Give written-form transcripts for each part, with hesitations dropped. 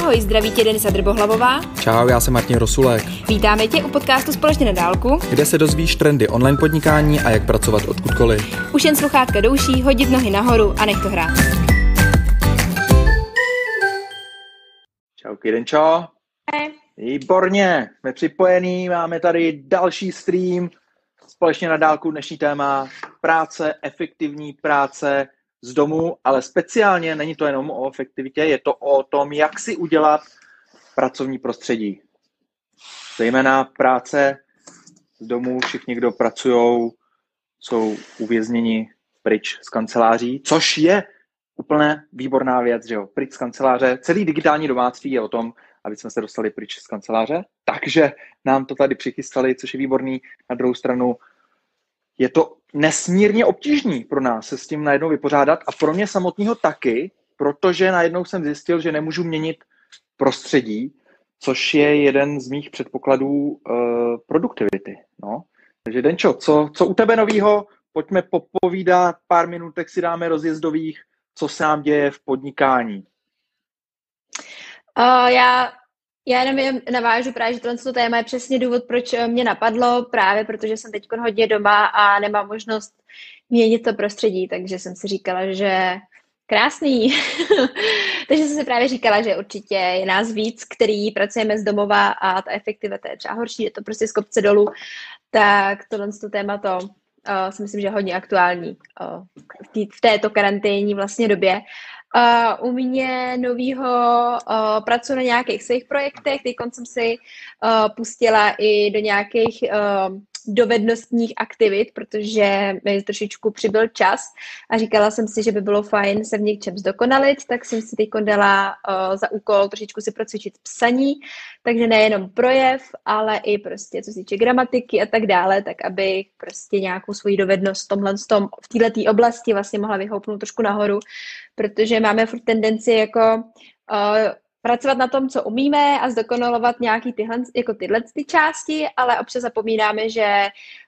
Ahoj, zdraví tě Denisa Drbohlavová. Čau, já jsem Martin Rosulek. Vítáme tě u podcastu Společně na dálku, kde se dozvíš trendy online podnikání a jak pracovat odkudkoliv. Už jen sluchátka do uší, hodit nohy nahoru a nech to hrát. Čau, Denčo. Výborně, jsme připojení, máme tady další stream, Společně na dálku. Dnešní téma práce, efektivní práce z domu, ale speciálně není to jenom o efektivitě, je to o tom, jak si udělat pracovní prostředí. Zejména práce z domu, všichni, kdo pracují, jsou uvězněni pryč z kanceláří, což je úplně výborná věc, že jo, pryč z kanceláře. Celý digitální domáctví je o tom, aby jsme se dostali pryč z kanceláře, takže nám to tady přichystali, což je výborný. Na druhou stranu je to nesmírně obtížný pro nás se s tím najednou vypořádat a pro mě samotného taky, protože najednou jsem zjistil, že nemůžu měnit prostředí, což je jeden z mých předpokladů produktivity. No. Takže Denčo, co u tebe novýho? Pojďme popovídat, pár minutek si dáme rozjezdových, co se nám děje v podnikání. Já jenom navážu právě, že tohle téma je přesně důvod, proč mě napadlo, právě protože jsem teď hodně doma a nemám možnost měnit to prostředí, takže jsem si říkala, že krásný. Takže jsem si právě říkala, že určitě je nás víc, který pracujeme z domova a ta efektivita je třeba horší, je to prostě z kopce dolů, tak tohle téma to si myslím, že je hodně aktuální v této karanténní vlastně době. U mě novýho pracuji na nějakých svých projektech, teď jsem si pustila i do nějakých dovednostních aktivit, protože mi trošičku přibyl čas a říkala jsem si, že by bylo fajn se v něčem zdokonalit, tak jsem si teď dala za úkol trošičku si procvičit psaní, takže nejenom projev, ale i prostě co se týče gramatiky a tak dále, tak aby prostě nějakou svoji dovednost v této oblasti vlastně mohla vyhoupnout trošku nahoru, protože máme furt tendenci jako pracovat na tom, co umíme a zdokonalovat nějaký tyhle části, ale občas zapomínáme, že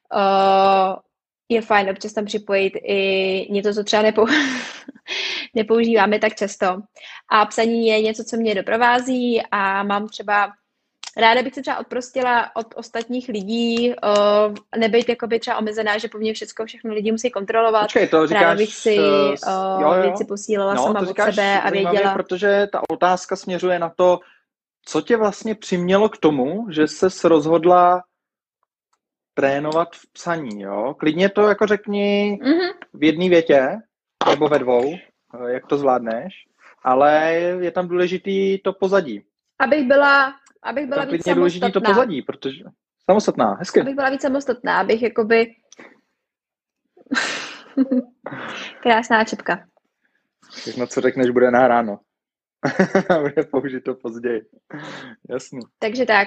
je fajn občas tam připojit i něco, co třeba nepoužíváme tak často. A psaní je něco, co mě doprovází a mám třeba ráda bych se třeba odprostila od ostatních lidí, nebejt jakoby třeba omezená, že po mně všechno lidi musí kontrolovat. Počkej, to říkáš, ráda bych si věci posílala sama od sebe a věděla. Protože ta otázka směřuje na to, co tě vlastně přimělo k tomu, že ses rozhodla trénovat v psaní, jo? Klidně to jako řekni v jedné větě, nebo ve dvou, jak to zvládneš, ale je tam důležitý to pozadí. Abych byla víc samostatná. To pozadí, protože samostatná, hezky. Abych byla víc samostatná, abych jakoby krásná čepka. Všechno, co řekneš, bude nahráno. Bude použito později. Jasný. Takže tak.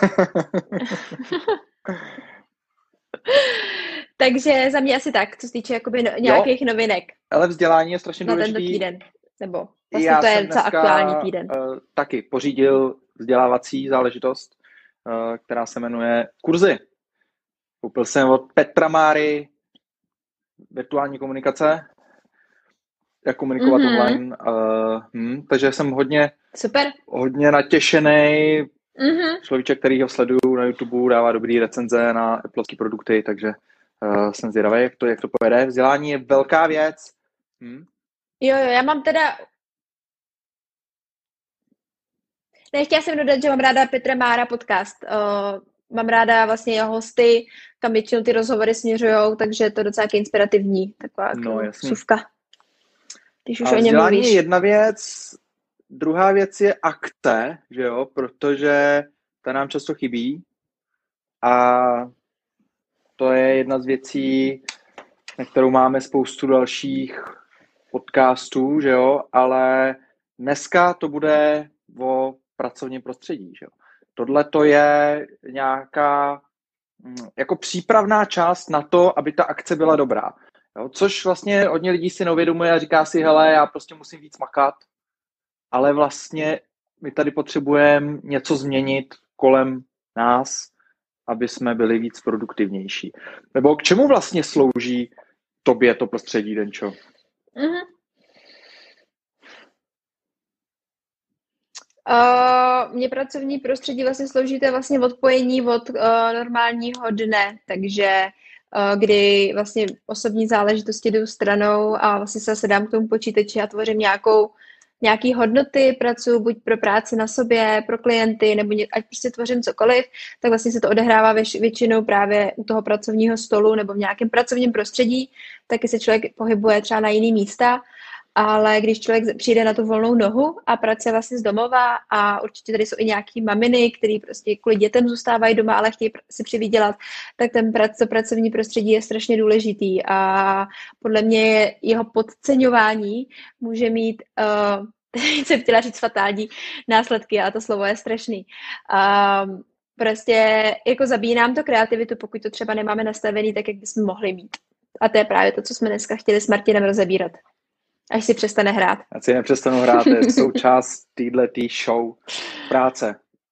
Takže za mě asi tak, co se týče jakoby nějakých novinek. Ale vzdělání je strašně důležitý. Na tento týden. Nebo vlastně to je docela aktuální týden. Taky pořídil vzdělávací záležitost, která se jmenuje kurzy. Koupil jsem od Petra Máry virtuální komunikace, jak komunikovat online. Takže jsem hodně natěšený. Človíček, který ho sleduju na YouTube, dává dobrý recenze na Appleovské produkty, takže jsem zvědavý, jak to povede. Vzdělání je velká věc. Jo, já mám teda... Nechtěla jsem dodat, že mám ráda Petra Mára podcast. Mám ráda vlastně jeho hosty, kam většinou ty rozhovory směřujou, takže je to docela inspirativní. Taková vsuvka. Když už o něm mluvíš. Je jedna věc, druhá věc je akce, že jo, protože ta nám často chybí a to je jedna z věcí, na kterou máme spoustu dalších podcastů, že jo, ale dneska to bude o pracovním prostředí, že jo. Tohle to je nějaká jako přípravná část na to, aby ta akce byla dobrá. Jo? Což vlastně hodně lidí si neuvědomuje a říká si, hele, já prostě musím víc makat, ale vlastně my tady potřebujeme něco změnit kolem nás, aby jsme byli víc produktivnější. Nebo k čemu vlastně slouží tobě to prostředí, Denčo? Mě pracovní prostředí vlastně slouží, to je vlastně odpojení od normálního dne, takže kdy vlastně osobní záležitosti jdou stranou a vlastně se dám k tomu počítači a tvořím nějaký hodnoty, pracuji buď pro práci na sobě, pro klienty, nebo ať prostě tvořím cokoliv, tak vlastně se to odehrává většinou právě u toho pracovního stolu nebo v nějakém pracovním prostředí, taky se člověk pohybuje třeba na jiný místa, ale když člověk přijde na tu volnou nohu a pracuje vlastně z domova a určitě tady jsou i nějaký maminy, který prostě kvůli dětem zůstávají doma, ale chtějí si přivydělat, tak to pracovní prostředí je strašně důležitý a podle mě jeho podceňování může mít, teď jsem chtěla říct fatální následky, ale to slovo je strašný. Prostě jako zabíjí nám to kreativitu, pokud to třeba nemáme nastavený tak, jak bychom mohli mít. A to je právě to, co jsme dneska chtěli s Martinem rozebírat. Až si přestane hrát. Já si nepřestanu hrát, to je součást této show práce.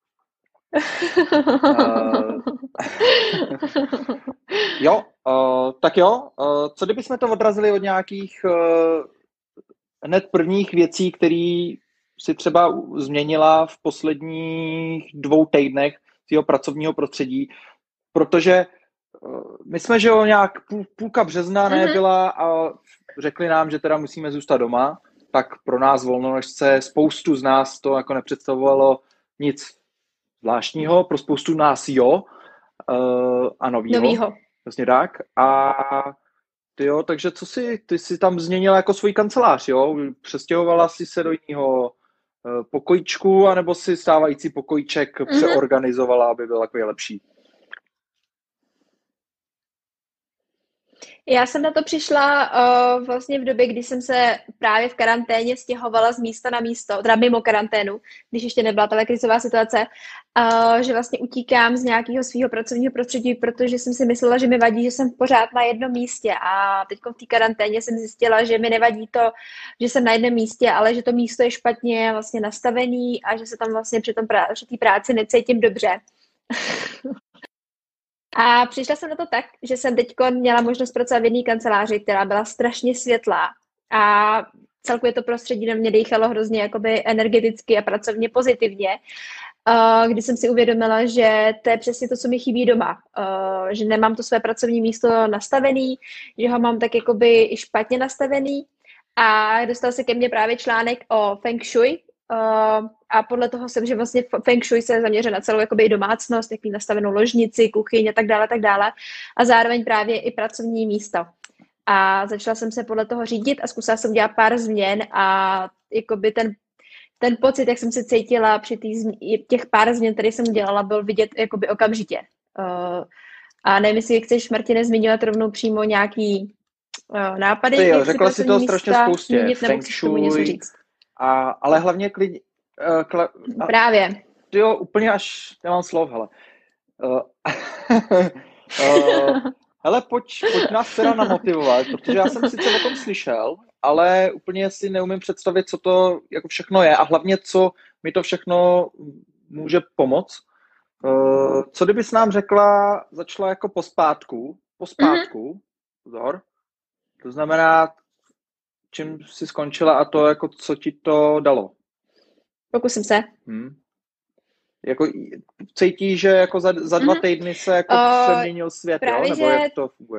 Tak jo. Co kdybychom to odrazili od nějakých hned prvních věcí, které si třeba změnila v posledních 2 týdnech svého pracovního prostředí, protože my jsme, že jo, nějak půlka března nebyla a řekli nám, že teda musíme zůstat doma, tak pro nás volnonožce, spoustu z nás to jako nepředstavovalo nic zvláštního, pro spoustu nás jo a novýho. Vlastně tak. A takže ty jsi tam změnila jako svůj kancelář, jo? Přestěhovala jsi se do jiného pokojíčku, anebo si stávající pokojíček přeorganizovala, aby byl takový lepší? Já jsem na to přišla vlastně v době, kdy jsem se právě v karanténě stěhovala z místa na místo, teda mimo karanténu, když ještě nebyla ta krizová situace, že vlastně utíkám z nějakého svého pracovního prostředí, protože jsem si myslela, že mi vadí, že jsem pořád na jednom místě a teď v té karanténě jsem zjistila, že mi nevadí to, že jsem na jednom místě, ale že to místo je špatně vlastně nastavený a že se tam vlastně při té práci necítím dobře. A přišla jsem na to tak, že jsem teď měla možnost pracovat v jedné kanceláři, která byla strašně světlá a celkově to prostředí na mě dýchalo hrozně jakoby energeticky a pracovně pozitivně, kdy jsem si uvědomila, že to je přesně to, co mi chybí doma, že nemám to své pracovní místo nastavený, že ho mám tak jakoby špatně nastavený a dostal se ke mně právě článek o Feng Shui, a podle toho jsem, že vlastně Feng Shui se zaměřuje na celou jakoby domácnost, jak mít nastavenou ložnici, kuchyň a tak dále a zároveň právě i pracovní místo. A začala jsem se podle toho řídit a zkusila jsem dělat pár změn a jakoby ten pocit, jak jsem se cítila při těch pár změn, které jsem udělala, byl vidět jakoby okamžitě. A nevím, jestli chceš, Martine, zmiňovat rovnou přímo nějaký nápady. Jo, řekla si to strašně spoustě. Feng Shui, ale hlavně klidně. Právě. Jo, úplně až nemám slov, hele. Hele, pojď nás teda namotivovat, protože já jsem sice o tom slyšel, ale úplně si neumím představit, co to jako všechno je a hlavně, co mi to všechno může pomoct. Co kdybys nám začala jako pospátku, pozor, to znamená, čím jsi skončila a to, jako, co ti to dalo? Pokusím se. Jako cítíš, že jako za 2 týdny se jako přeměnil svět, právě, jo? Nebo jak to funguje?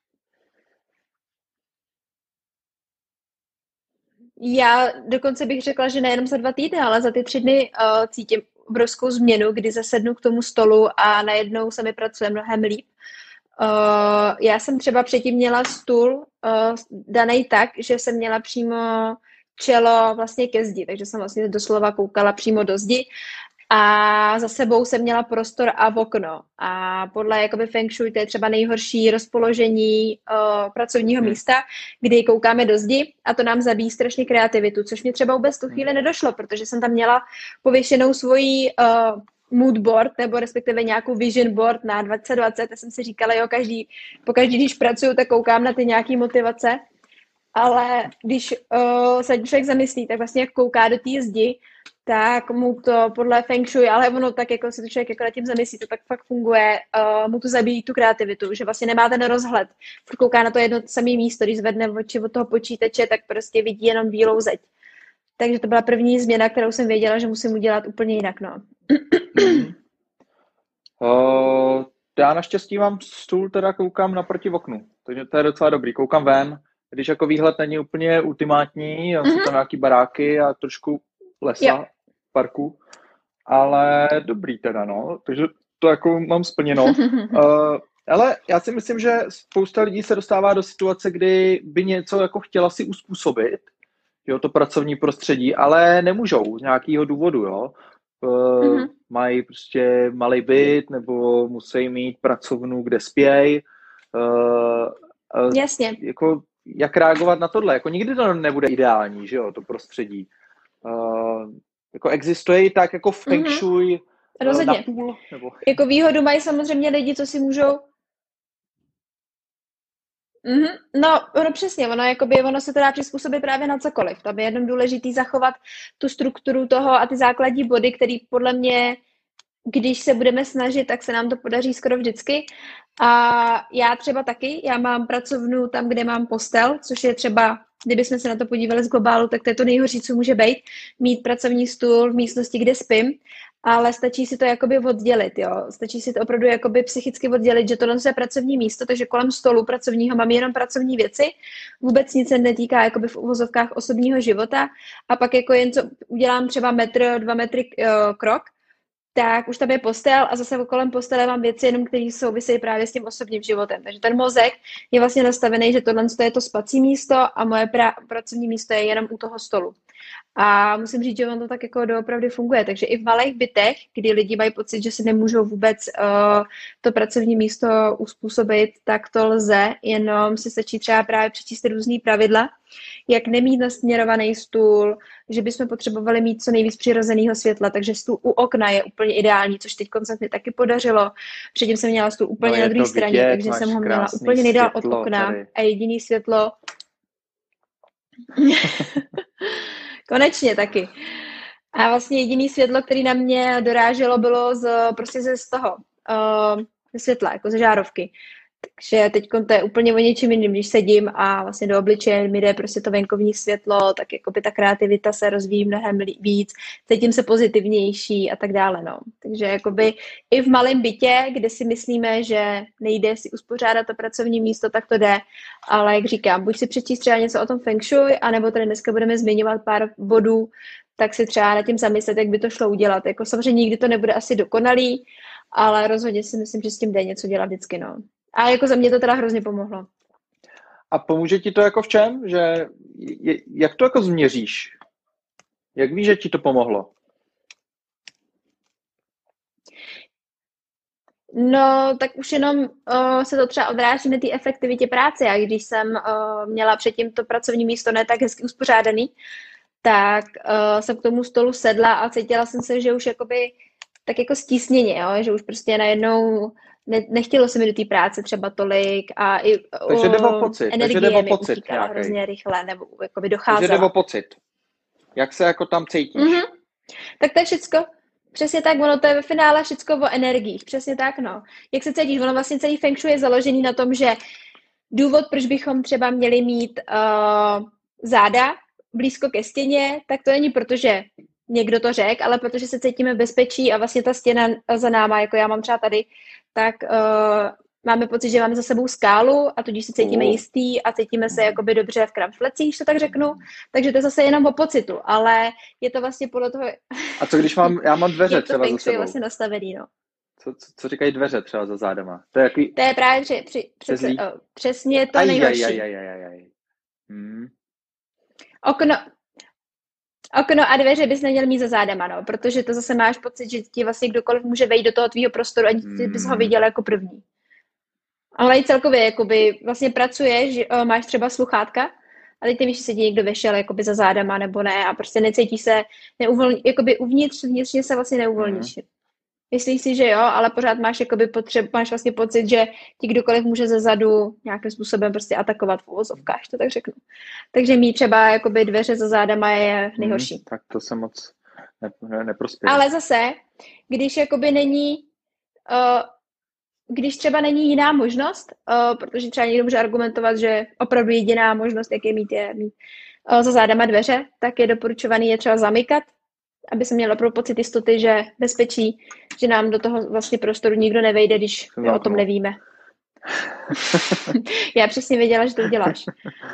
Já dokonce bych řekla, že nejenom za 2 týdny, ale za ty 3 dny cítím obrovskou změnu, kdy zasednu k tomu stolu a najednou se mi pracuje mnohem líp. Já jsem třeba předtím měla stůl daný tak, že jsem měla přímo čelo vlastně ke zdi, takže jsem vlastně doslova koukala přímo do zdi a za sebou jsem měla prostor a okno. A podle jakoby Feng Shui to je třeba nejhorší rozpoložení pracovního místa, kdy koukáme do zdi a to nám zabíjí strašně kreativitu, což mě třeba vůbec tu chvíli nedošlo, protože jsem tam měla pověšenou svoji mood board, nebo respektive nějakou vision board na 2020. Já jsem si říkala, jo, pokaždý, když pracuju, tak koukám na ty nějaký motivace, ale když se člověk zamyslí, tak vlastně jak kouká do té zdi, tak mu to podle Feng Shui, ale ono tak jako si to člověk jako nad tím zamyslí, to tak fakt funguje, mu to zabíjí tu kreativitu, že vlastně nemá ten rozhled, kouká na to jedno samé místo, když zvedne oči od toho počítače, tak prostě vidí jenom bílou zeď. Takže to byla první změna, kterou jsem věděla, že musím udělat úplně jinak, no. Já naštěstí mám stůl, teda koukám naproti oknu, takže to je docela dobrý, koukám ven, když jako výhled není úplně ultimátní, jsou tam nějaký baráky a trošku lesa, parku, ale dobrý teda, no, takže to jako mám splněno. Ale já si myslím, že spousta lidí se dostává do situace, kdy by něco jako chtěla si uspůsobit, jo, to pracovní prostředí, ale nemůžou z nějakého důvodu, jo. Mají prostě malý byt nebo musí mít pracovnu, kde spějí. Jasně. Jako, jak reagovat na tohle? Jako nikdy to nebude ideální, že jo, to prostředí. Jako existuje tak jako feng shui rozhodně. Na půl? Nebo... Jako výhodu mají samozřejmě lidi, co si můžou... No přesně, ono se to dá přizpůsobit právě na cokoliv. Tam je jenom důležitý zachovat tu strukturu toho a ty základní body, který podle mě, když se budeme snažit, tak se nám to podaří skoro vždycky. A já třeba taky, já mám pracovnu tam, kde mám postel, což je třeba, kdybychom se na to podívali z globálu, tak to je to nejhorší, co může být, mít pracovní stůl v místnosti, kde spím, ale stačí si to jakoby oddělit, jo. Stačí si to opravdu jakoby psychicky oddělit, že tohle je pracovní místo, takže kolem stolu pracovního mám jenom pracovní věci, vůbec nic se netýká jakoby v uvozovkách osobního života a pak jako jen co udělám třeba 2 metry krok, tak už tam je postel a zase kolem postele mám věci jenom, které souvisejí právě s tím osobním životem. Takže ten mozek je vlastně nastavený, že tohle je to spací místo a moje pracovní místo je jenom u toho stolu. A musím říct, že on to tak jako doopravdy funguje. Takže i v malých bytech, kdy lidi mají pocit, že si nemůžou vůbec to pracovní místo uspůsobit, tak to lze, jenom si stačí třeba právě přečíst různý pravidla, jak nemít nasměrovaný stůl, že bychom potřebovali mít co nejvíc přirozeného světla, takže stůl u okna je úplně ideální, což teď se mi taky podařilo. Předtím jsem měla stůl úplně na druhé straně, takže jsem ho měla úplně nejdál od okna tady. A jediný světlo... Konečně taky. A vlastně jediný světlo, který na mě doráželo, bylo z toho světla, jako ze žárovky. Takže teď to je úplně o něčem jiným, když sedím a vlastně do obličeje mi jde prostě to venkovní světlo, tak jako by ta kreativita se rozvíjí mnohem víc, cítím se pozitivnější a tak dále, no. Takže jakoby i v malém bytě, kde si myslíme, že nejde si uspořádat to pracovní místo, tak to jde, ale jak říkám, buď si přečíst třeba něco o tom feng shui, anebo tady dneska budeme zmiňovat pár bodů, tak si třeba nad tím zamyslet, jak by to šlo udělat. Jako samozřejmě nikdy to nebude asi dokonalý, ale rozhodně si myslím, že s tím jde něco dělat vždycky, no. A jako za mě to teda hrozně pomohlo. A pomůže ti to jako v čem? Že jak to jako změříš? Jak víš, že ti to pomohlo? No, tak už jenom se to třeba odráží na té efektivitě práce. A když jsem měla předtím to pracovní místo ne tak hezky uspořádaný, tak jsem k tomu stolu sedla a cítila jsem se, že už jakoby tak jako stísněně, jo? Že už prostě najednou nechtělo se mi do té práce třeba tolik a i takže jde o pocit, energie mi utíkala hrozně rychle, nebo jakoby docházela. Takže jde o pocit. Jak se jako tam cítíš? Tak to je všecko, přesně tak, ono to je ve finále všecko o energiích, přesně tak, no. Jak se cítíš, ono vlastně celý feng shui je založený na tom, že důvod, proč bychom třeba měli mít záda blízko ke stěně, tak to není proto, že někdo to řekl, ale protože se cítíme v bezpečí a vlastně ta stěna za náma, jako já mám třeba tady, tak máme pocit, že máme za sebou skálu a tudíž se cítíme jistý a cítíme se jakoby dobře v kramflecích, když to tak řeknu. Takže to je zase jenom o pocitu, ale je to vlastně podle toho... A co když já mám dveře třeba za sebou? Je vlastně nastavený, no. Co říkají dveře třeba za zádama? To je právě přesně to nejhorší. Okno a dveře bys neměl mít za zádama, no, protože to zase máš pocit, že ti vlastně kdokoliv může vejít do toho tvýho prostoru a ty bys ho viděl jako první. Ale i celkově, jakoby vlastně pracuješ, máš třeba sluchátka a teď ty víš, že se ti někdo vešel jakoby za zádama nebo ne a prostě necítíš se, jakoby vnitřně se vlastně neuvolníš. Myslíš si, že jo, ale pořád máš jakoby máš vlastně pocit, že ti kdokoliv může ze zadu nějakým způsobem prostě atakovat v uvozovkách, to tak řeknu. Takže mít třeba jakoby dveře za zádama je nejhorší. Tak to se moc neprospěje. Ale zase, když jakoby není, když třeba není jiná možnost, protože třeba někdo může argumentovat, že opravdu jediná možnost, jak je mít za zádama dveře, tak je doporučovaný je třeba zamykat, aby se měl opravdu pocit jistoty, že bezpečí, že nám do toho vlastně prostoru nikdo nevejde, když o tom nevíme. Já přesně věděla, že to uděláš.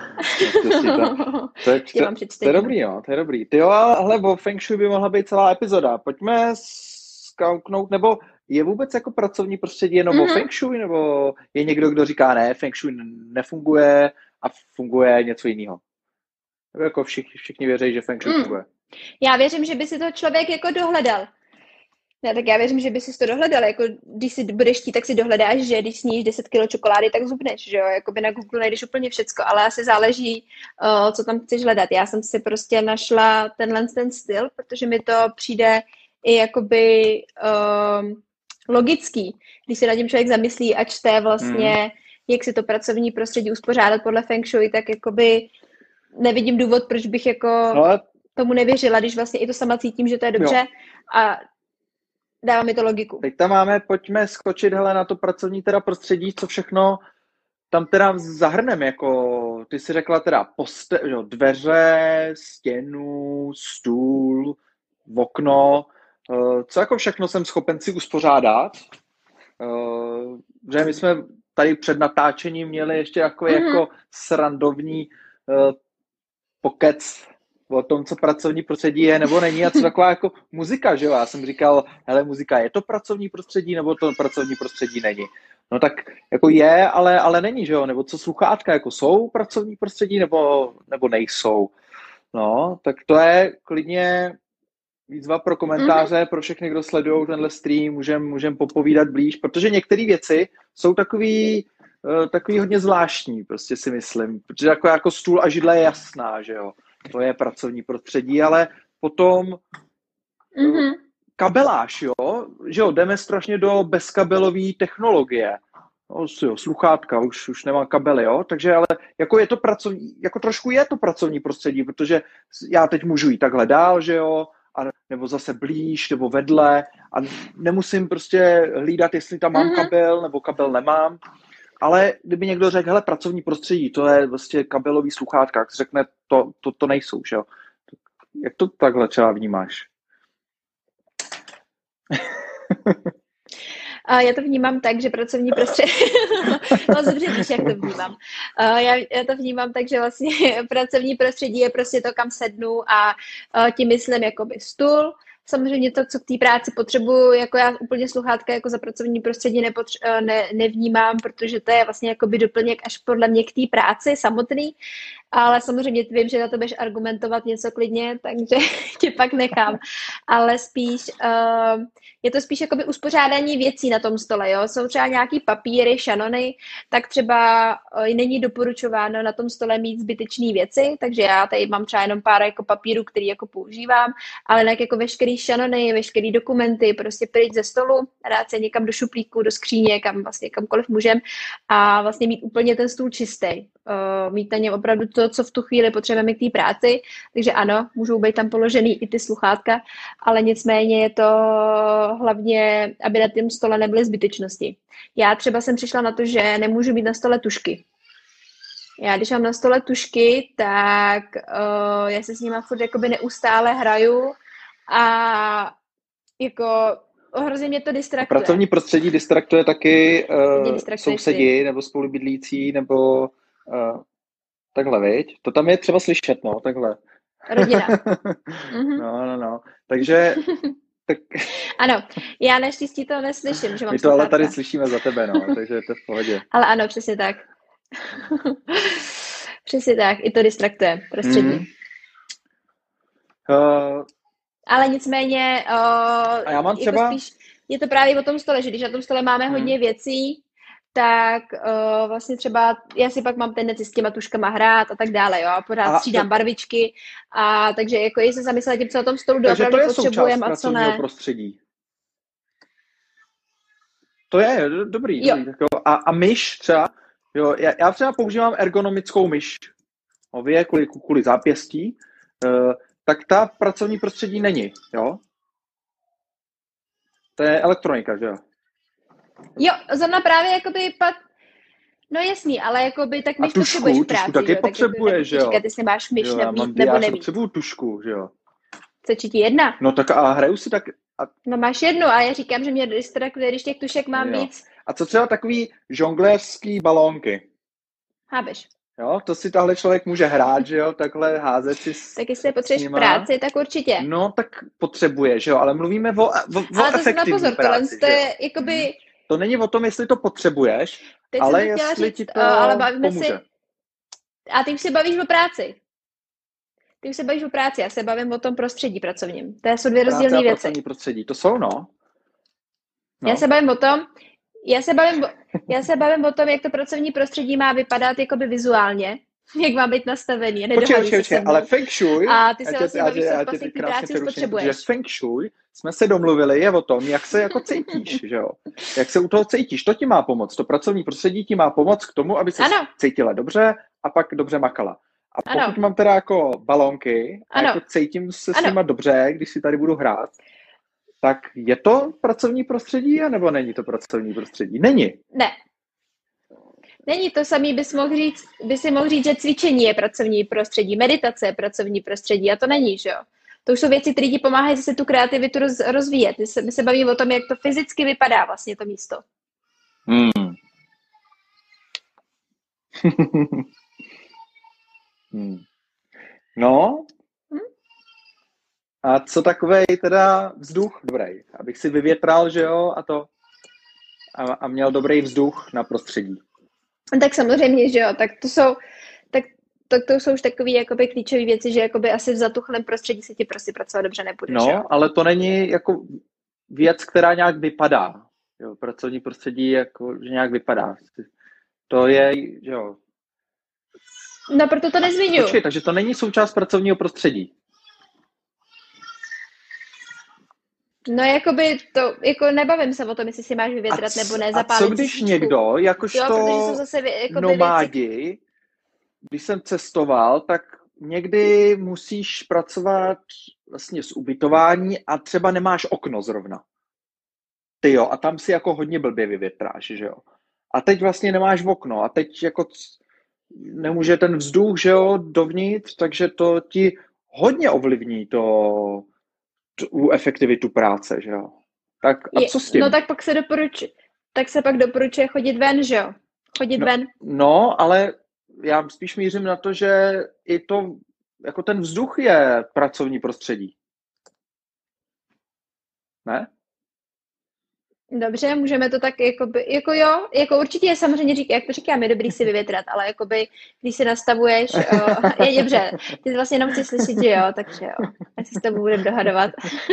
To je dobrý, jo, to je dobrý. Ty jo, ale o Feng Shui by mohla být celá epizoda. Pojďme zkouknout, nebo je vůbec jako pracovní prostředí jenom o Feng Shui, nebo je někdo, kdo říká, ne, Feng Shui nefunguje a funguje něco jiného? Nebo jako všichni věří, že Feng Shui funguje? Já věřím, že by si to člověk jako dohledal. Ne, tak já věřím, že by si to dohledal, jako když si budeš chtít, tak si dohledáš, že když sníš 10 kg čokolády, tak zubneš, že jo, jakoby na Google najdeš úplně všecko, ale asi záleží, co tam chceš hledat. Já jsem si prostě našla ten styl, protože mi to přijde i jakoby logický, když se nad tím člověk zamyslí a čte vlastně, jak si to pracovní prostředí uspořádat podle Feng Shui, tak jakoby nevidím důvod, proč bych jako tomu nevěřila, když vlastně i to sama cítím, že to je dobře a dává mi to logiku. Teď tam máme, pojďme skočit na to pracovní teda prostředí, co všechno tam teda zahrneme, jako ty si řekla teda dveře, stěnu, stůl, okno, co jako všechno jsem schopen si uspořádat, že my jsme tady před natáčením měli ještě takový jako srandovní pokec o tom, co pracovní prostředí je nebo není a co taková jako muzika, že jo? Já jsem říkal, hele, muzika, je to pracovní prostředí nebo to pracovní prostředí není? No tak jako je, ale není, že jo? Nebo co sluchátka, jako jsou pracovní prostředí nebo nejsou? No, tak to je klidně výzva pro komentáře, pro všechny, kdo sledují tenhle stream, můžem popovídat blíž, protože některé věci jsou takový hodně zvláštní, prostě si myslím, protože jako stůl a židle je jasná, že jo? To je pracovní prostředí, ale potom kabeláž, jo? Že jo, jdeme strašně do bezkabelové technologie. No, jo, sluchátka, už nemá kabely, jo? Takže ale jako je to pracovní, jako trošku je to pracovní prostředí, protože já teď můžu jít takhle dál, že jo? Nebo zase blíž, nebo vedle a nemusím prostě hlídat, jestli tam mám kabel, nebo kabel nemám. Ale kdyby někdo řekl, hele, pracovní prostředí, to je vlastně kabelový sluchátka, jak řekne, to nejsou, že jo? Jak to takhle třeba vnímáš? Já to vnímám tak, že pracovní prostředí... No dobře víš, jak to vnímám. Já to vnímám tak, že vlastně pracovní prostředí je prostě to, kam sednu a tím myslím jakoby stůl. Samozřejmě to, co k té práci potřebuju, jako já úplně sluchátka jako za pracovní prostředí nevnímám, protože to je vlastně jakoby doplněk až podle mě k té práci samotný, ale samozřejmě vím, že na to budeš argumentovat něco klidně, takže tě pak nechám. Ale spíš, je to spíš jakoby uspořádání věcí na tom stole, jo? Jsou třeba nějaký papíry, šanony, tak třeba není doporučováno na tom stole mít zbytečné věci, takže já tady mám třeba jenom pár jako papírů, který jako používám, ale jinak jako veškerý šanony, veškerý dokumenty, prostě pryč ze stolu, dát se někam do šuplíku, do skříně, kamkoliv můžem a vlastně mít úplně ten stůl čistý. Mít na něm opravdu to, co v tu chvíli potřebujeme k té práci, takže ano, můžou být tam položený i ty sluchátka, ale nicméně je to hlavně, aby na tom stole nebyly zbytečnosti. Já třeba jsem přišla na to, že nemůžu mít na stole tužky. Já když mám na stole tužky, tak já se s nima furt jakoby neustále hraju a jako hrozně mě to distraktuje. Pracovní prostředí distraktuje taky sousedi nebo spolubydlící nebo takhle, viď? To tam je třeba slyšet, no, takhle. Rodina. No. Takže... Tak... Ano, já naštěstí to neslyším, že mám my to ale tady slyšíme za tebe, no, takže to je v pohodě. Ale ano, přesně tak. Přesně tak, i to distraktuje prostředí. Ale nicméně a já mám třeba... jako spíš, je to právě o tom stole, že když na tom stole máme hodně věcí, tak vlastně třeba já si pak mám tendenci s těma tuškama hrát a tak dále, jo, a pořád střídám barvičky a takže jako jestli se zamyslet tím, co na tom stolu opravdu potřebujeme a co ne. Prostředí. To je dobrý. A myš třeba, jo, já třeba používám ergonomickou myš, kvůli zápěstí, tak ta v pracovní prostředí není, jo? To je elektronika, že jo? Jo, zrovna právě jakoby pak No jasný, ale jakoby tak A myš potřebuješ v práci, tušku taky jo? potřebuješ, že jo? Říkat, jestli máš myš Jo, já mít nebo já nemít. potřebuju tušku, že jo? Stačí ti jedna? No tak a hraju si tak... No máš jednu a já říkám, že mě distrakuje, když těch tušek mám Jo. víc. A co třeba takový žongléřský balónky? Chápeš? Jo, to si tahle člověk může hrát, že jo, takhle házet si Tak jestli je potřebuješ v nima. práci, tak určitě. No, tak potřebuje, že jo, ale mluvíme o Ale to si na efektivní pozor, práci, to že jo. je jakoby... To není o tom, jestli to potřebuješ, Teď ale jsem to chtěla jestli říct, ti to ale bavíme pomůže. si... A ty už se bavíš o práci. Ty už se bavíš o práci, já se bavím o tom prostředí pracovním. To jsou dvě Práce rozdílné a věci. pracovní prostředí, to jsou, no. Já se bavím o tom, já se bavím o tom, jak to pracovní prostředí má vypadat jakoby vizuálně, jak má být nastavený. Počkej, ale feng shui, a ty se vlastně bavíš, co vlastně ty práci už že potřebuješ. feng shui, jsme se domluvili, je o tom, jak se jako cítíš, že jo. Jak se u toho cítíš, to ti má pomoct. To pracovní prostředí ti má pomoct k tomu, aby se cítila dobře a pak dobře makala. A pokud mám teda jako balónky a jako cítím se s nima dobře, když si tady budu hrát, tak je to pracovní prostředí, anebo není to pracovní prostředí? Není. Ne. Není to samý, by si mohl říct, že cvičení je pracovní prostředí, meditace je pracovní prostředí a to není, že jo? To už jsou věci, které ti pomáhají zase tu kreativitu rozvíjet. My se bavíme o tom, jak to fyzicky vypadá vlastně to místo. No. A co takovej teda vzduch? Dobrý. Abych si vyvětral, že jo, a měl dobrý vzduch na prostředí. Tak samozřejmě, že jo, tak to jsou už takové jakoby klíčové věci, že jakoby asi v zatuchlém prostředí se ti prostě pracovat dobře nebude. No, jo? ale to není jako věc, která nějak vypadá. Jo, pracovní prostředí jako, že nějak vypadá. To je, že jo. No, proto to nezmiňuji. Počkej, takže to není součást pracovního prostředí. No, jakoby to, jako nebavím se o tom, jestli si máš vyvětrat nebo ne, zapálit. A co když někdo, jakožto nomádi, když jsem cestoval, tak někdy musíš pracovat vlastně s ubytování a třeba nemáš okno zrovna. Ty jo, a tam si jako hodně blbě vyvětráš, že jo. A teď vlastně nemáš okno a teď jako nemůže ten vzduch, že jo, dovnitř, takže to ti hodně ovlivní tu efektivitu práce, že jo. Tak a co s tím? No tak pak se doporučuje chodit ven, že jo. Chodit ven. No, ale já spíš mířím na to, že i to, jako ten vzduch je pracovní prostředí. Ne? Dobře, můžeme to tak jako jo, jako určitě je samozřejmě, jak to říkám, je dobrý si vyvětrat, ale jakoby, když si nastavuješ, je dobře, ty vlastně jenom chci slyšet, že jo, takže jo, ať si s tebou budeme dohadovat.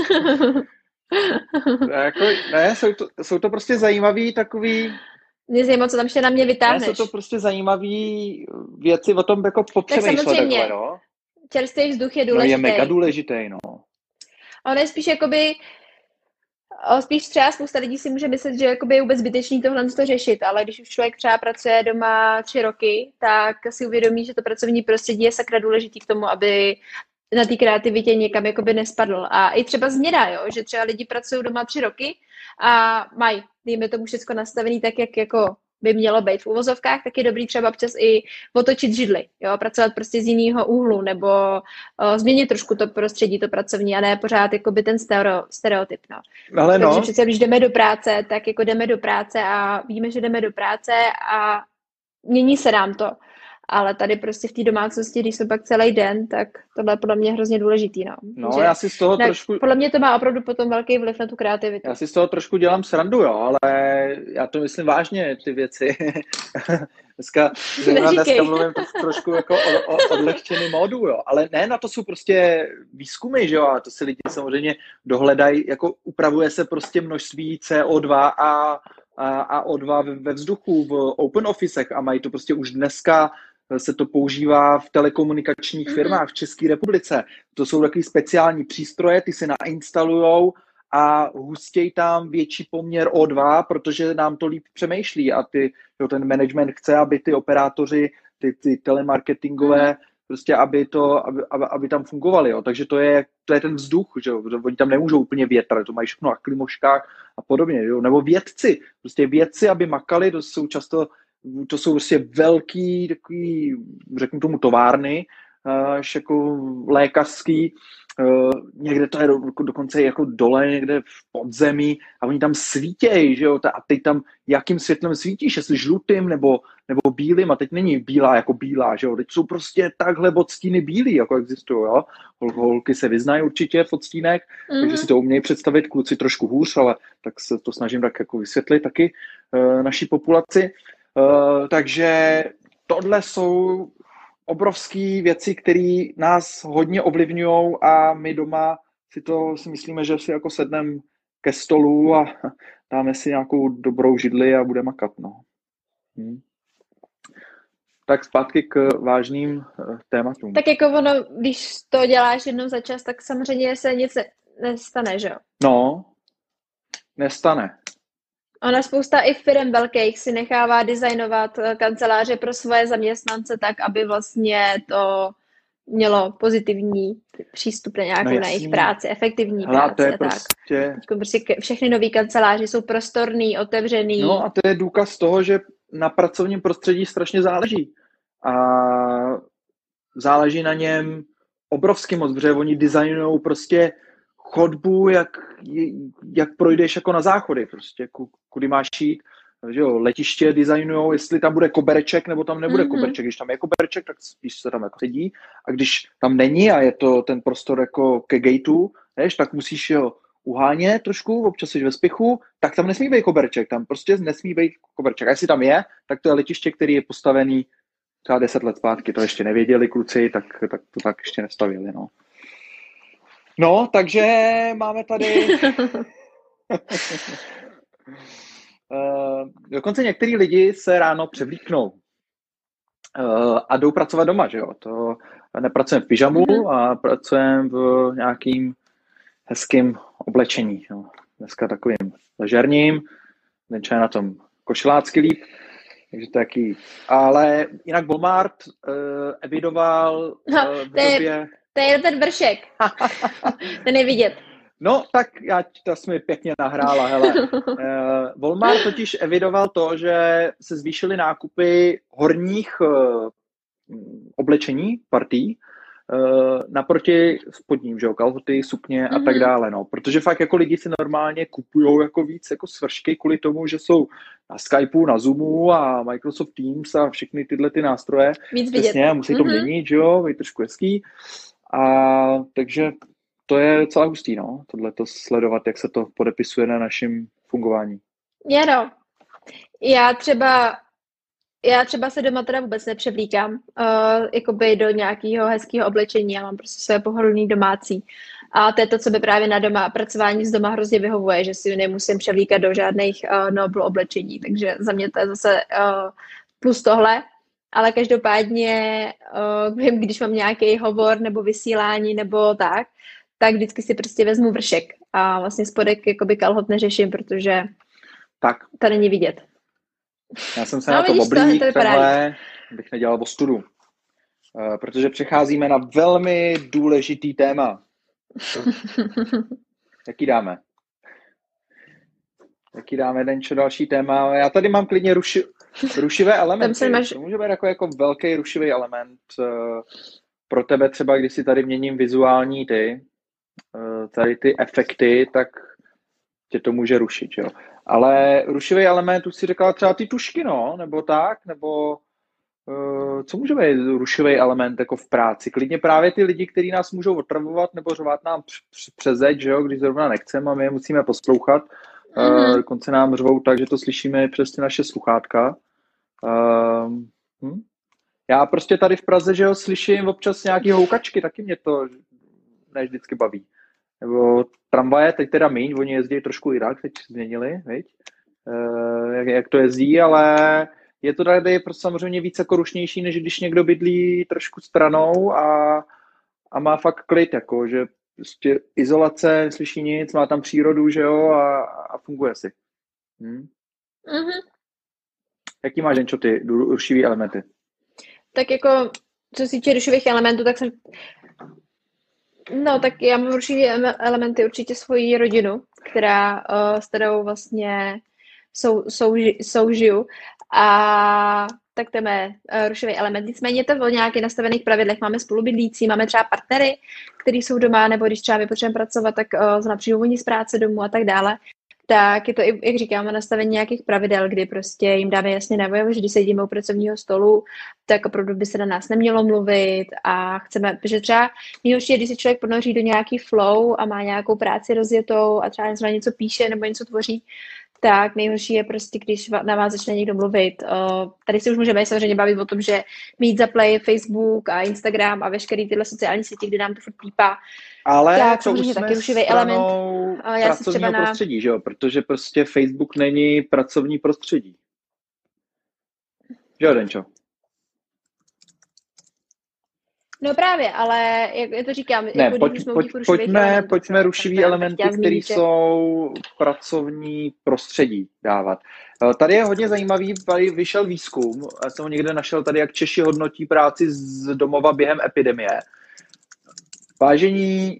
Jsou to prostě zajímavý takový... Mě zajímá, co tam ještě na mě vytáhneš. Jsou to prostě zajímavý věci o tom jako popřemýšlet takhle, no. Čerstvý vzduch je důležitý. No je mega důležitý, no. On je spíš jakoby... Spíš třeba spousta lidí si může myslet, že jakoby je vůbec zbytečný tohle to řešit, ale když už člověk třeba pracuje doma 3 roky, tak si uvědomí, že to pracovní prostředí je sakra důležitý k tomu, aby na té kreativitě někam jakoby nespadl. A i třeba změna, jo, že třeba lidi pracují doma 3 roky a mají, dejme tomu všechno nastavený tak, jak jako by mělo být v uvozovkách, tak je dobrý třeba občas i otočit židli, jo, pracovat prostě z jiného úhlu, nebo změnit trošku to prostředí, to pracovní, a ne pořád jakoby ten stereotyp, no. Ale takže přece, když jdeme do práce, tak jako jdeme do práce a víme, že jdeme do práce a mění se nám to. Ale tady prostě v té domácnosti, když jsou pak celý den, tak tohle je podle mě hrozně důležitý, no. No, že, já si z toho trošku... Podle mě to má opravdu potom velký vliv na tu kreativitu. Já si z toho trošku dělám srandu, jo, ale já to myslím vážně, ty věci. Dneska mluvím trošku jako o odlehčený módu, jo, ale ne, na to jsou prostě výzkumy, že jo, a to si lidi samozřejmě dohledají, jako upravuje se prostě množství CO2 a O2 ve vzduchu v open officech a mají to prostě už dneska, se to používá v telekomunikačních firmách v České republice. To jsou takový speciální přístroje, ty se nainstalujou a hustějí tam větší poměr O2, protože nám to líp přemýšlí a ten management chce, aby ty operátoři, ty telemarketingové, prostě aby tam fungovali. Jo. Takže to je ten vzduch, že jo. Oni tam nemůžou úplně větrat, to mají všechno na klimoškách a podobně. Jo. Nebo vědci, prostě vědci, aby makali, to jsou často to jsou prostě velký takový, řeknu tomu, továrny, až jako lékařský, někde to je dokonce jako dole, někde v podzemí a oni tam svítějí, že jo, a teď tam jakým světlem svítíš, jestli žlutým nebo bílým, a teď není bílá jako bílá, že jo, teď jsou prostě takhle odstíny bílý, jako existují, jo, holky se vyznají určitě v odstínek, takže si to umějí představit, kluci trošku hůř, ale tak se to snažím tak jako vysvětlit taky naší populaci, takže tohle jsou obrovské věci, které nás hodně ovlivňují a my doma si myslíme, že si jako sedneme ke stolu a dáme si nějakou dobrou židli a budeme makat. No. Tak zpátky k vážným tématům. Tak jako ono, když to děláš jednou za čas, tak samozřejmě se nic nestane, že jo? No, nestane. Ona spousta i firm velkých si nechává designovat kanceláře pro svoje zaměstnance tak, aby vlastně to mělo pozitivní přístup na nějakou na jejich práci, efektivní práci. To je prostě všechny nové kanceláře jsou prostorný, otevřený. No a to je důkaz toho, že na pracovním prostředí strašně záleží. A záleží na něm obrovsky moc, protože oni designují prostě chodbu, jak projdeš jako na záchody, prostě kudy máš jít, že jo, letiště designujou, jestli tam bude kobereček, nebo tam nebude kobereček. Když tam je kobereček, tak spíš se tam jako sedí, a když tam není a je to ten prostor jako ke gateu, tak musíš uhánět trošku, občas jsi ve spěchu, tak tam nesmí být kobereček, tam prostě nesmí být kobereček. A jestli tam je, tak to je letiště, který je postavený třeba 10 let zpátky, to ještě nevěděli kluci, tak to tak ještě nestavili, no. No, takže máme tady dokonce některý lidi se ráno převlíknou a jdou pracovat doma, že jo. To nepracujeme v pyžamu a pracujeme v nějakým hezkým oblečení. Jo. Dneska takovým ležerním, Denča je na tom košelácky líp, takže to jaký. Ale jinak Walmart evidoval v době... To je ten vršek. Ten je vidět. No, tak to jsi mi pěkně nahrála, hele. Walmart totiž evidoval to, že se zvýšily nákupy horních oblečení, partí, naproti spodním, že jo, kalhoty, sukně a tak dále, no. Protože fakt jako lidi si normálně kupujou jako víc jako svršky kvůli tomu, že jsou na Skypeu, na Zoomu a Microsoft Teams a všechny tyhle ty nástroje. Víc vidět. Přesně, musí to měnit, že jo, být trošku hezký. A takže to je docela hustý, no, tohleto sledovat, jak se to podepisuje na našem fungování. No. Já třeba se doma teda vůbec nepřevlíkám, jakoby do nějakého hezkého oblečení, já mám prostě své pohodlný domácí. A to je to, co by právě na doma, pracování z doma hrozně vyhovuje, že si nemusím převlíkat do žádných nobl oblečení, takže za mě to je zase plus tohle. Ale každopádně, když mám nějaký hovor nebo vysílání nebo tak vždycky si prostě vezmu vršek a vlastně spodek jakoby kalhot neřeším, protože to není vidět. Já jsem se na to oblík, takhle bych nedělal ostudu, protože přecházíme na velmi důležitý téma. Jaký dáme? Denčo, další téma? Já tady mám klidně rušivé elementy. To může být jako velký rušivý element. Pro tebe třeba, když si tady měním vizuální tady ty efekty, tak tě to může rušit, jo. Ale rušivý element, už si řekla třeba ty tušky, no, nebo tak, nebo co může být rušivý element jako v práci? Klidně právě ty lidi, kteří nás můžou otravovat nebo řovat nám přes zeď, že jo, když zrovna nechceme a my je musíme poslouchat. Dokonce nám řvou tak, že to slyšíme přes ty naše sluchátka. Já prostě tady v Praze, že jo, slyším občas nějaký houkačky, taky mě to ne vždycky baví. Nebo tramvaje, teď teda míň, oni jezdí trošku jinak, teď změnili, viď? Jak to jezdí, ale je to tady prostě samozřejmě víc jako rušnější, než když někdo bydlí trošku stranou a má fakt klid, jako, že prostě izolace, neslyší nic, má tam přírodu, že jo, a funguje si. Jaký máš, Denčo, ty rušivý elementy? Tak jako, co se týče rušivých elementů, tak jsem... No, tak já mám rušivý elementy určitě svoji rodinu, s kterou vlastně soužiju. A tak to je rušivý element. Nicméně to o nějakých nastavených pravidlech. Máme spolubydlící, máme třeba partnery, kteří jsou doma, nebo když třeba my potřebujeme pracovat, tak například oni z práce domů a tak dále. Tak je to i, jak říkáme, nastavení nějakých pravidel, kdy prostě jim dáme jasně najevo, že když sedíme u pracovního stolu, tak opravdu by se na nás nemělo mluvit a chceme, že třeba nejhorší je, když se člověk ponoří do nějaký flow a má nějakou práci rozjetou a třeba něco píše nebo něco tvoří, tak nejhorší je prostě, když na vás začne někdo mluvit. Tady si už můžeme samozřejmě bavit o tom, že mít za play Facebook a Instagram a veškeré tyhle sociální sítě, kde nám to furt pípá. Ale tak, to už taky jsme stranou pracovního prostředí, že jo? Protože prostě Facebook není pracovní prostředí. Že jo, Denčo? No právě, ale jak to říkám... Ne, pojďme rušivý elementy, které jsou pracovní prostředí dávat. Tady je hodně zajímavý, tady vyšel výzkum, já jsem ho někde našel tady, jak Češi hodnotí práci z domova během epidemie. Vážení,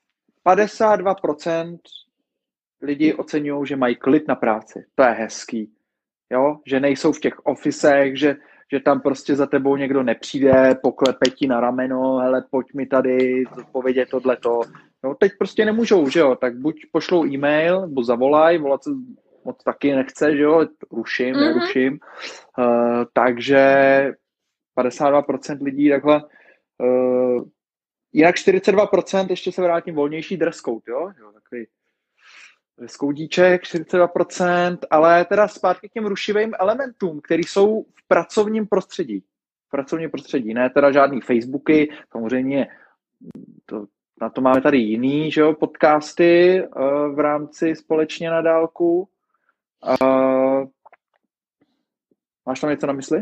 52% lidí oceňují, že mají klid na práci. To je hezký. Jo? Že nejsou v těch ofisech, že tam prostě za tebou někdo nepřijde, poklepe ti na rameno, hele, pojď mi tady povědět tohleto. No, teď prostě nemůžou, že jo, tak buď pošlou e-mail, nebo zavolaj, volat se moc taky nechce, že jo, neruším. Takže 52% lidí takhle, jinak 42%, ještě se vrátím, volnější dress code, jo, takový skoudíček, 42%, ale teda zpátky k těm rušivým elementům, které jsou v pracovním prostředí. Ne teda žádný Facebooky, samozřejmě na to máme tady jiný, že jo, podcasty v rámci Společně na dálku. Máš tam něco na mysli?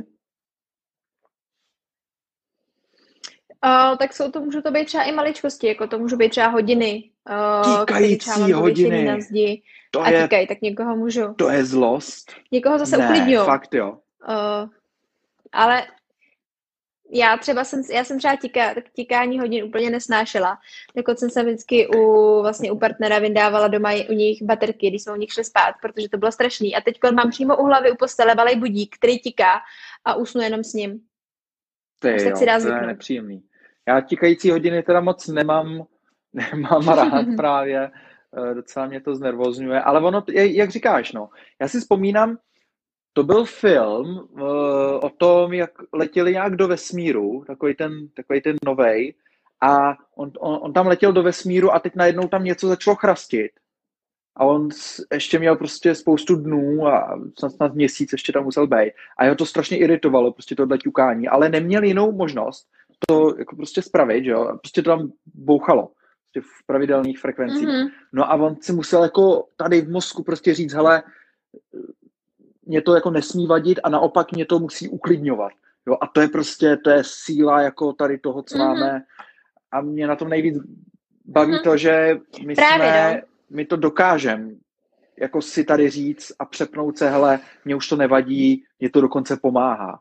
Tak můžou to být třeba i maličkosti, jako to můžou být třeba hodiny. Tikající hodiny. Na zdi tak někoho můžu. To je zlost. Někoho zase uklidňuju. Fakt jo. Ale já jsem třeba tikání hodin úplně nesnášela. Jako jsem se vždycky u partnera vyndávala doma u nich baterky, když jsme u nich šli spát, protože to bylo strašný. A teď mám přímo u hlavy u postele malej budík, který tiká a usnu jenom s ním. To je nepříjemný. Já tikající hodiny teda moc nemám rád právě, docela mě to znervozňuje, ale ono, jak říkáš, no, já si vzpomínám, to byl film o tom, jak letěli nějak do vesmíru, takový ten novej, a on tam letěl do vesmíru a teď najednou tam něco začalo chrastit. A on ještě měl prostě spoustu dnů a snad měsíc ještě tam musel být. A jeho to strašně iritovalo, prostě tohle ťukání, ale neměl jinou možnost to jako prostě spravit, že jo, a prostě to tam bouchalo prostě v pravidelných frekvencích. Mm-hmm. No a on si musel jako tady v mozku prostě říct, hele, mě to jako nesmí vadit a naopak mě to musí uklidňovat. Jo, a to je síla jako tady toho, co máme. A mě na tom nejvíc baví to, že my to dokážeme jako si tady říct a přepnout se, hele, mně už to nevadí, mě to dokonce pomáhá.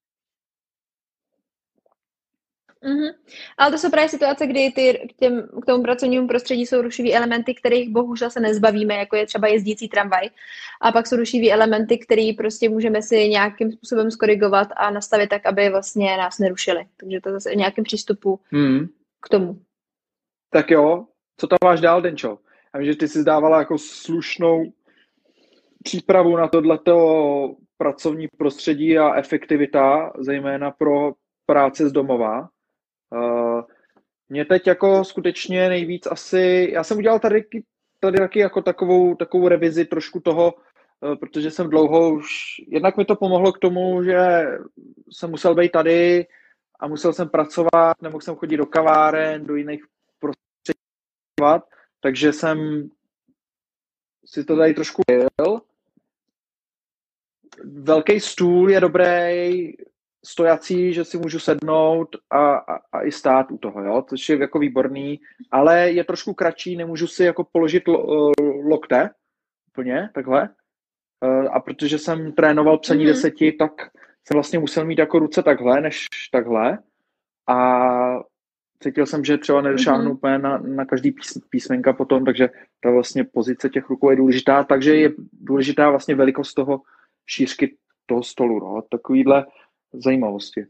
Ale to jsou právě situace, kdy k tomu pracovnímu prostředí jsou rušivý elementy, kterých bohužel se nezbavíme, jako je třeba jezdící tramvaj. A pak jsou rušivý elementy, které prostě můžeme si nějakým způsobem skorigovat a nastavit tak, aby vlastně nás nerušili. Takže to zase nějakým přístupu k tomu. Tak jo, co tam máš dál, Denčo? Já vím, že ty jsi zdávala jako slušnou přípravu na tohleto pracovní prostředí a efektivita, zejména pro práce z domova. Mě teď jako skutečně nejvíc asi, já jsem udělal tady taky jako takovou revizi trošku toho, protože jsem dlouho už, jednak mi to pomohlo k tomu, že jsem musel být tady a musel jsem pracovat, nemohl jsem chodit do kaváren, do jiných prostředí, takže jsem si to tady trošku jel. Velký stůl je dobrý, stojací, že si můžu sednout a i stát u toho, jo, což je jako výborný, ale je trošku kratší, nemůžu si jako položit lokte, úplně, takhle. A protože jsem trénoval psaní 10, tak jsem vlastně musel mít jako ruce takhle, než takhle. A cítil jsem, že třeba nedošáhnu úplně na každý písmenka potom, takže ta vlastně pozice těch rukou je důležitá, takže je důležitá vlastně velikost toho šířky toho stolu, no, takovýhle zajímavosti.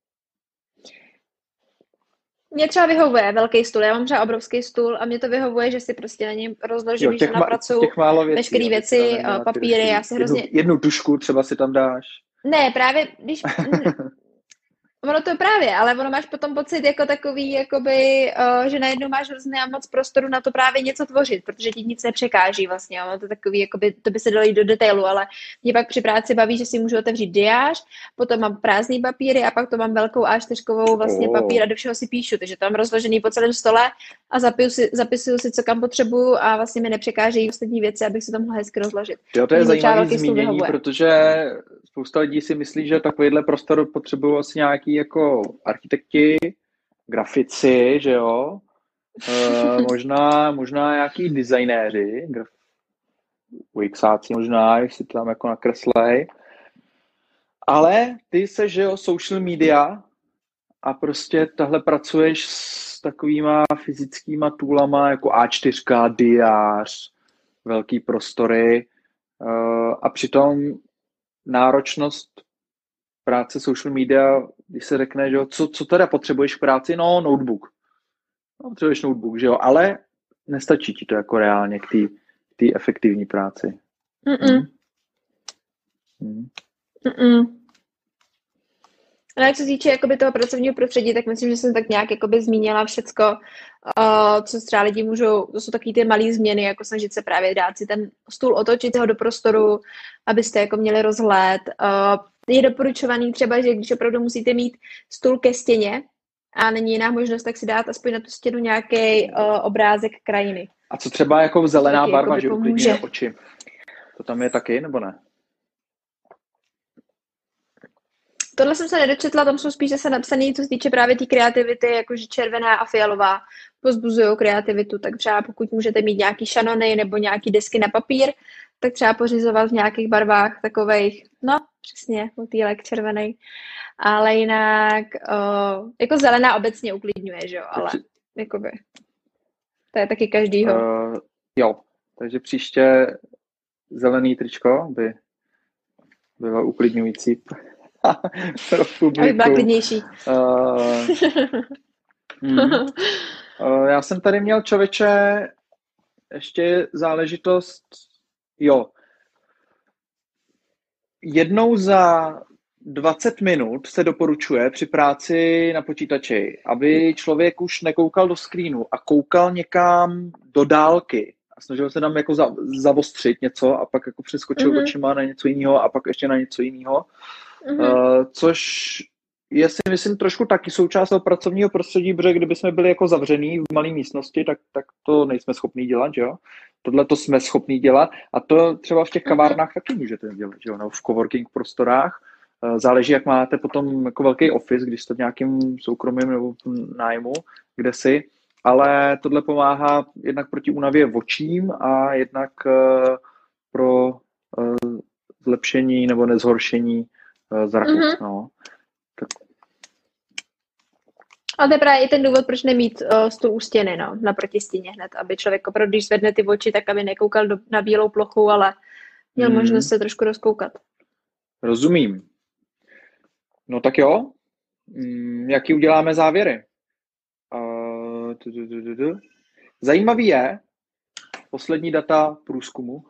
Mě třeba vyhovuje velký stůl, já mám třeba obrovský stůl a mě to vyhovuje, že si prostě na něm rozložím, že napracuju veškeré věci, papíry, já si hrozně... Jednu tušku třeba si tam dáš. Ne, právě když... Ono to právě, ale ono máš potom pocit jako takový, jakoby, že najednou máš hrozně moc prostoru na to právě něco tvořit, protože ti nic nepřekáží vlastně. Ono to takový, jakoby, to by se dalo jít do detailu, ale mě pak při práci baví, že si můžu otevřít diář, potom mám prázdný papíry a pak to mám velkou A4 vlastně papír a do všeho si píšu, takže to mám rozložený po celém stole a zapisuju si, co kam potřebuju a vlastně mi nepřekážejí ostatní věci, abych si to mohla hezky rozložit. Jo, to je zajímavé zmínění, protože spousta lidí si myslí, že takovýhle prostor potřebují asi nějaký jako architekti, grafici, že jo, možná nějaký designéři, UXáci možná, jestli to tam jako nakreslej, ale ty se, že jo, social media a prostě tahle pracuješ s takovýma fyzickýma toolama jako A4, diář, velký prostory a přitom náročnost práce social media, když se řekne, že jo, co teda potřebuješ k práci? No, notebook. No, potřebuješ notebook, že jo, ale nestačí ti to jako reálně k té efektivní práci. Ale jak se týče jakoby toho pracovního prostředí, tak myslím, že jsem tak nějak jakoby zmínila všecko, co třeba lidi můžou, to jsou taky ty malé změny, jako snažit se právě dát si ten stůl, otočit ho do prostoru, abyste jako měli rozhled. Je doporučovaný třeba, že když opravdu musíte mít stůl ke stěně a není jiná možnost, tak si dát aspoň na tu stěnu nějaký obrázek krajiny. A co třeba jako zelená barva, že uklidňuje oči? To tam je taky, nebo ne? Tohle jsem se nedočetla, tam jsou spíš zase napsaný, co se týče právě té kreativity, jakože červená a fialová pozbuzují kreativitu, tak třeba pokud můžete mít nějaký šanony nebo nějaký desky na papír, tak třeba pořizovat v nějakých barvách takovejch, no přesně, motýlek červený, ale jinak jako zelená obecně uklidňuje, že jo, ale jakoby to je taky každýho. Jo, takže příště zelený tričko by bylo uklidňující. Aby byla klidnější. Já jsem tady měl, člověče, ještě záležitost, jo. Jednou za 20 minut se doporučuje při práci na počítači, aby člověk už nekoukal do screenu a koukal někam do dálky. A snažil se tam jako zavostřit něco a pak jako přeskočil očima na něco jiného a pak ještě na něco jiného. Což je, si myslím, trošku taky součást toho pracovního prostředí, protože kdyby jsme byli jako zavřený v malé místnosti, tak to nejsme schopní dělat, že jo? Tohle to jsme schopní dělat a to třeba v těch kavárnách taky můžete dělat, že jo? No, v coworking prostorách. Záleží, jak máte potom jako velký office, když jste v nějakým soukromém nebo nájmu, kde si, ale tohle pomáhá jednak proti únavě očím a jednak pro zlepšení nebo nezhoršení zraku. No. Tak. Ale to je právě i ten důvod, proč nemít stůl u stěny, no, naproti stěně hned, aby člověk opravdu, když zvedne ty oči, tak aby nekoukal na bílou plochu, ale měl možnost se trošku rozkoukat. Rozumím. No tak jo. Jaký uděláme závěry? Zajímavý je, poslední data průzkumu,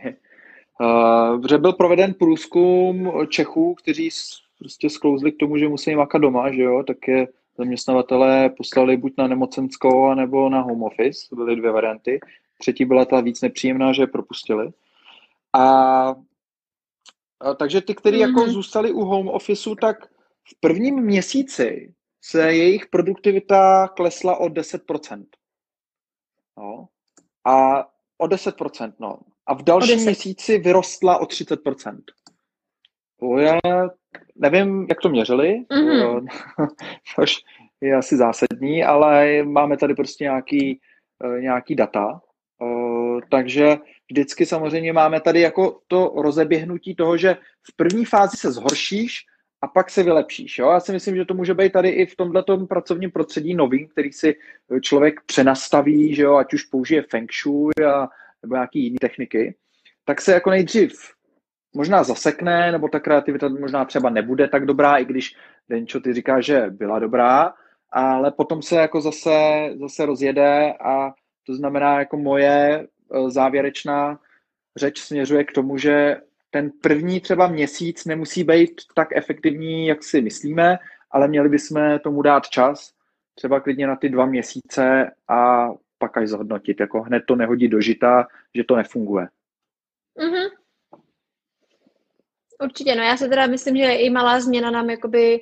že byl proveden průzkum Čechů, kteří prostě sklouzli k tomu, že musí makat doma, že jo, tak je zaměstnavatelé poslali buď na nemocenskou, anebo na home office, to byly 2 varianty. Třetí byla ta víc nepříjemná, že je propustili. A takže ty, kteří jako zůstali u home officeu, tak v prvním měsíci se jejich produktivita klesla o 10%. No. A o 10%, no. A v dalším měsíci vyrostla o 30%. To je, nevím, jak to měřili, což je asi zásadní, ale máme tady prostě nějaký data. Takže vždycky samozřejmě máme tady jako to rozeběhnutí toho, že v první fázi se zhoršíš a pak se vylepšíš. Jo? Já si myslím, že to může být tady i v tomhletom pracovním prostředí novým, který si člověk přenastaví, že jo? Ať už použije feng shui nebo nějaký jiné techniky, tak se jako nejdřív možná zasekne, nebo ta kreativita možná třeba nebude tak dobrá, i když Denčo, ty říkáš, že byla dobrá, ale potom se jako zase rozjede a to znamená, jako moje závěrečná řeč směřuje k tomu, že ten první třeba měsíc nemusí být tak efektivní, jak si myslíme, ale měli bychom tomu dát čas, třeba klidně na ty 2 měsíce a pak až zhodnotit, jako hned to nehodit do žita, že to nefunguje. Mm-hmm. Určitě, no já se teda myslím, že i malá změna nám jakoby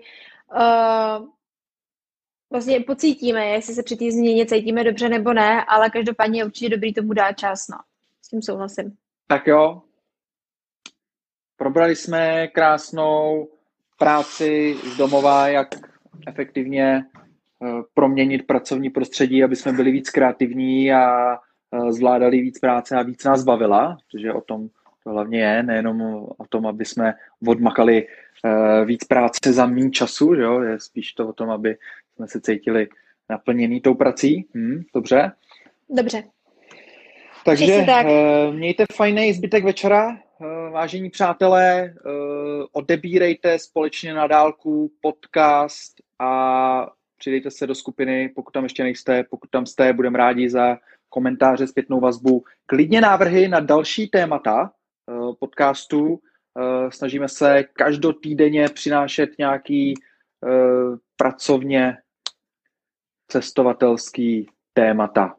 vlastně pocítíme, jestli se při té změně cítíme dobře nebo ne, ale každopádně je určitě dobrý tomu dát čas, no. S tím souhlasím. Tak jo. Probrali jsme krásnou práci z domova, jak efektivně proměnit pracovní prostředí, aby jsme byli víc kreativní a zvládali víc práce a víc nás bavila, protože o tom to hlavně je, nejenom o tom, aby jsme odmakali víc práce za méně času, že jo? Je spíš to o tom, aby jsme se cítili naplněný tou prací. Dobře? Dobře. Takže mějte fajný zbytek večera, vážení přátelé, odebírejte společně na dálku podcast a přidejte se do skupiny, pokud tam ještě nejste, pokud tam jste, budeme rádi za komentáře, zpětnou vazbu, klidně návrhy na další témata podcastu. Snažíme se každotýdenně přinášet nějaký pracovně cestovatelský témata.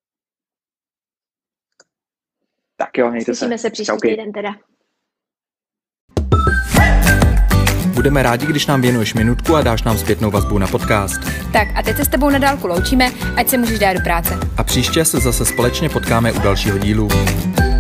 Tak jo, mějte se. Slyšíme se příští týden teda. Budeme rádi, když nám věnuješ minutku a dáš nám zpětnou vazbu na podcast. Tak a teď se s tebou na dálku loučíme, ať se můžeš dát do práce. A příště se zase společně potkáme u dalšího dílu.